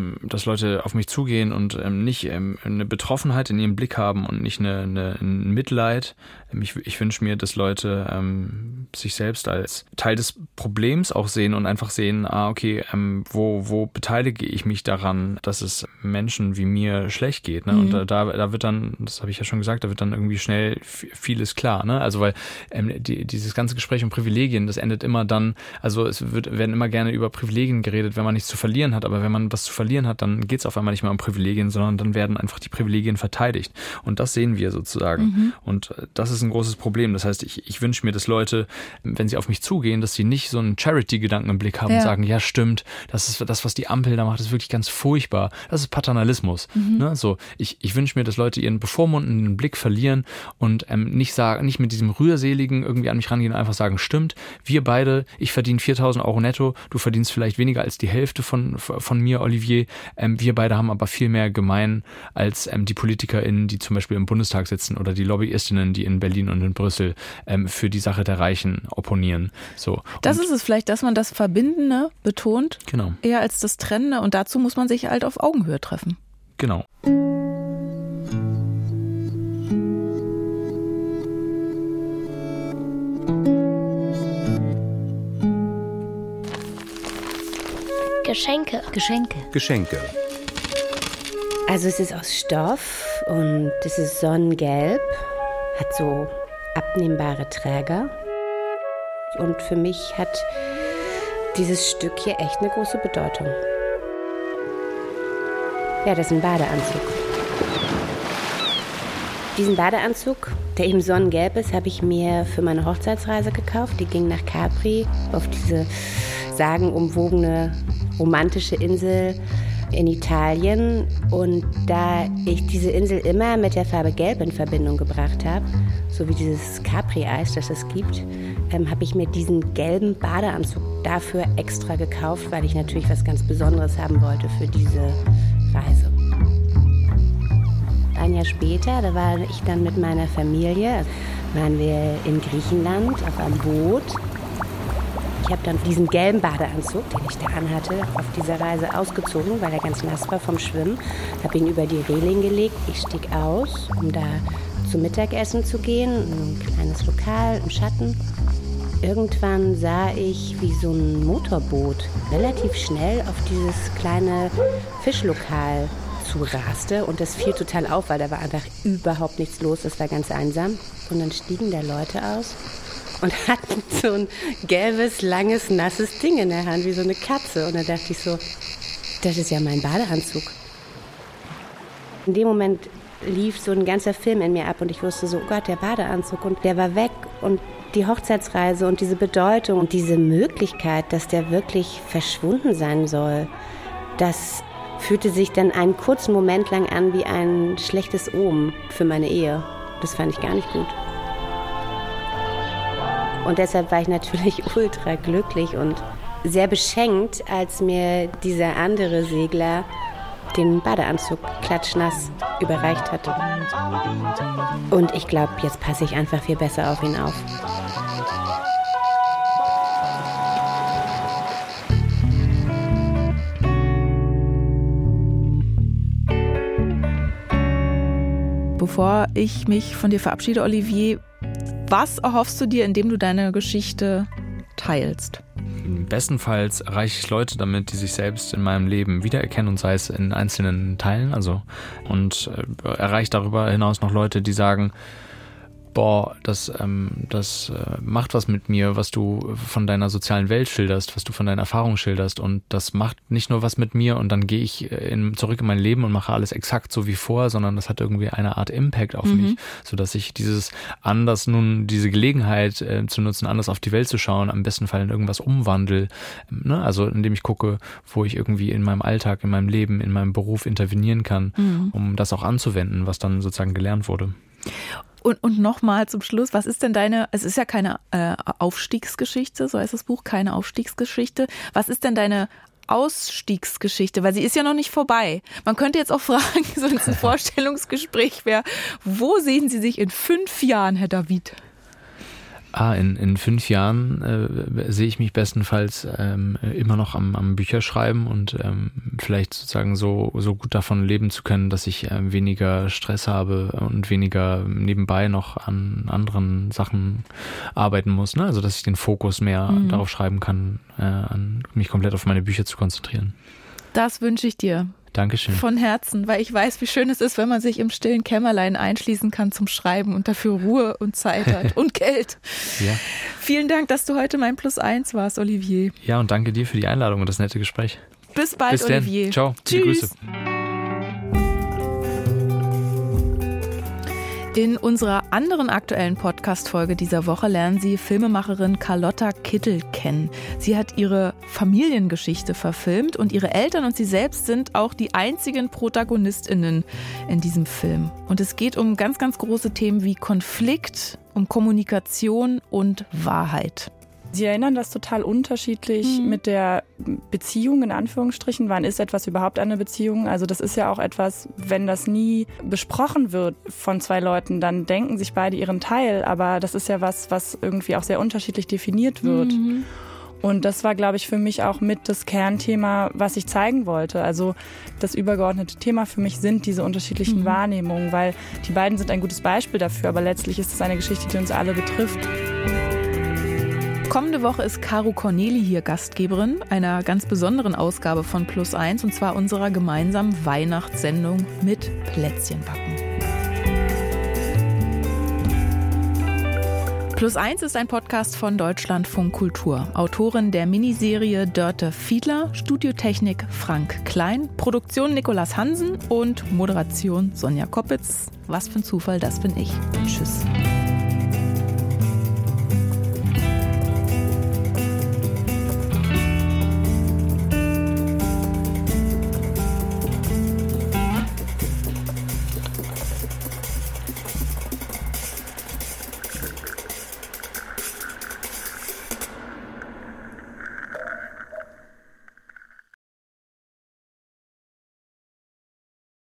Speaker 3: Leute auf mich zugehen und nicht eine Betroffenheit in ihrem Blick haben und nicht ein Mitleid. Ich wünsche mir, dass Leute sich selbst als Teil des Problems auch sehen und einfach sehen, okay, wo beteilige ich mich daran, dass es Menschen wie mir schlecht geht. Ne? Und da wird dann, das habe ich ja schon gesagt, da wird dann irgendwie schnell vieles klar. Ne? Also weil dieses ganze Gespräch um Privilegien, das endet immer dann, also werden immer gerne über Privilegien geredet, wenn man nichts zu verlieren hat, aber wenn man was zu verlieren hat, dann geht es auf einmal nicht mehr um Privilegien, sondern dann werden einfach die Privilegien verteidigt. Und das sehen wir sozusagen. Und das ist ein großes Problem. Das heißt, ich wünsche mir, dass Leute, wenn sie auf mich zugehen, dass sie nicht so einen Charity-Gedanken im Blick haben und sagen, ja stimmt, das ist das, was die Ampel da macht, ist wirklich ganz furchtbar. Das ist Paternalismus. Ne? So, ich wünsche mir, dass Leute ihren bevormundenden Blick verlieren und nicht mit diesem Rührseligen irgendwie an mich rangehen und einfach sagen, stimmt, wir beide, ich verdiene 4.000 Euro netto, du verdienst vielleicht weniger als die Hälfte von mir, Olivier. Wir beide haben aber viel mehr gemein als die PolitikerInnen, die zum Beispiel im Bundestag sitzen oder die LobbyistInnen, die in Berlin und in Brüssel für die Sache der Reichen opponieren. So.
Speaker 2: Das ist es vielleicht, dass man das Verbindende betont,
Speaker 3: genau,
Speaker 2: eher als das Trennende, und dazu muss man sich halt auf Augenhöhe treffen.
Speaker 3: Genau.
Speaker 1: Geschenke.
Speaker 7: Also es ist aus Stoff und es ist sonnengelb, hat so abnehmbare Träger. Und für mich hat dieses Stück hier echt eine große Bedeutung. Ja, das ist ein Badeanzug. Diesen Badeanzug, der eben sonnengelb ist, habe ich mir für meine Hochzeitsreise gekauft. Die ging nach Capri, auf diese sagenumwogene romantische Insel in Italien. Und da ich diese Insel immer mit der Farbe Gelb in Verbindung gebracht habe, so wie dieses Capri-Eis, das es gibt, habe ich mir diesen gelben Badeanzug dafür extra gekauft, weil ich natürlich was ganz Besonderes haben wollte für diese Reise. Ein Jahr später, da war ich dann mit meiner Familie, waren wir in Griechenland auf einem Boot. Ich habe dann diesen gelben Badeanzug, den ich da anhatte, auf dieser Reise ausgezogen, weil er ganz nass war vom Schwimmen. Habe ihn über die Reling gelegt. Ich stieg aus, um da zum Mittagessen zu gehen. Ein kleines Lokal im Schatten. Irgendwann sah ich, wie so ein Motorboot relativ schnell auf dieses kleine Fischlokal zuraste. Und das fiel total auf, weil da war einfach überhaupt nichts los. Das war ganz einsam. Und dann stiegen da Leute aus und hatten so ein gelbes, langes, nasses Ding in der Hand, wie so eine Katze. Und da dachte ich so, das ist ja mein Badeanzug. In dem Moment lief so ein ganzer Film in mir ab und ich wusste so, oh Gott, der Badeanzug. Und der war weg und die Hochzeitsreise und diese Bedeutung und diese Möglichkeit, dass der wirklich verschwunden sein soll, das fühlte sich dann einen kurzen Moment lang an wie ein schlechtes Omen für meine Ehe. Das fand ich gar nicht gut. Und deshalb war ich natürlich ultra glücklich und sehr beschenkt, als mir dieser andere Segler den Badeanzug klatschnass überreicht hat. Und ich glaube, jetzt passe ich einfach viel besser auf ihn auf.
Speaker 2: Bevor ich mich von dir verabschiede, Olivier, was erhoffst du dir, indem du deine Geschichte teilst?
Speaker 3: Bestenfalls erreiche ich Leute damit, die sich selbst in meinem Leben wiedererkennen und sei es in einzelnen Teilen. Und erreiche darüber hinaus noch Leute, die sagen, boah, das macht was mit mir, was du von deiner sozialen Welt schilderst, was du von deinen Erfahrungen schilderst und das macht nicht nur was mit mir und dann gehe ich zurück in mein Leben und mache alles exakt so wie vorher, sondern das hat irgendwie eine Art Impact auf mich, sodass ich diese Gelegenheit zu nutzen, anders auf die Welt zu schauen, am besten Fall in irgendwas umwandle, ne? Also indem ich gucke, wo ich irgendwie in meinem Alltag, in meinem Leben, in meinem Beruf intervenieren kann, um das auch anzuwenden, was dann sozusagen gelernt wurde.
Speaker 2: Und nochmal zum Schluss, was ist denn es ist ja keine Aufstiegsgeschichte, so heißt das Buch, keine Aufstiegsgeschichte. Was ist denn deine Ausstiegsgeschichte? Weil sie ist ja noch nicht vorbei. Man könnte jetzt auch fragen, so ein Vorstellungsgespräch wäre, wo sehen Sie sich in 5 Jahren, Herr David?
Speaker 3: In 5 Jahren sehe ich mich bestenfalls immer noch am Bücherschreiben und vielleicht sozusagen so gut davon leben zu können, dass ich weniger Stress habe und weniger nebenbei noch an anderen Sachen arbeiten muss. Ne? Also dass ich den Fokus mehr darauf schreiben kann, mich komplett auf meine Bücher zu konzentrieren. Das
Speaker 2: wünsche ich dir.
Speaker 3: Dankeschön.
Speaker 2: Von Herzen, weil ich weiß, wie schön es ist, wenn man sich im stillen Kämmerlein einschließen kann zum Schreiben und dafür Ruhe und Zeit hat und Geld.
Speaker 3: Ja.
Speaker 2: Vielen Dank, dass du heute mein +1 warst, Olivier.
Speaker 3: Ja, und danke dir für die Einladung und das nette Gespräch.
Speaker 2: Bis bald,
Speaker 3: Bis
Speaker 2: Olivier.
Speaker 3: Dann. Ciao.
Speaker 2: Tschüss.
Speaker 3: Grüße.
Speaker 2: In unserer anderen aktuellen Podcast-Folge dieser Woche lernen Sie Filmemacherin Carlotta Kittel kennen. Sie hat ihre Familiengeschichte verfilmt und ihre Eltern und sie selbst sind auch die einzigen ProtagonistInnen in diesem Film. Und es geht um ganz, ganz große Themen wie Konflikt, um Kommunikation und Wahrheit.
Speaker 8: Sie erinnern das total unterschiedlich mit der Beziehung, in Anführungsstrichen. Wann ist etwas überhaupt eine Beziehung? Also das ist ja auch etwas, wenn das nie besprochen wird von 2 Leuten, dann denken sich beide ihren Teil. Aber das ist ja was irgendwie auch sehr unterschiedlich definiert wird. Und das war, glaube ich, für mich auch mit das Kernthema, was ich zeigen wollte. Also das übergeordnete Thema für mich sind diese unterschiedlichen Wahrnehmungen, weil die beiden sind ein gutes Beispiel dafür. Aber letztlich ist es eine Geschichte, die uns alle betrifft.
Speaker 2: Kommende Woche ist Caro Corneli hier Gastgeberin einer ganz besonderen Ausgabe von +1 und zwar unserer gemeinsamen Weihnachtssendung mit Plätzchenbacken. Plus 1 ist ein Podcast von Deutschlandfunk Kultur. Autorin der Miniserie Dörte Fiedler, Studiotechnik Frank Klein, Produktion Nikolas Hansen und Moderation Sonja Koppitz. Was für ein Zufall, das bin ich. Tschüss.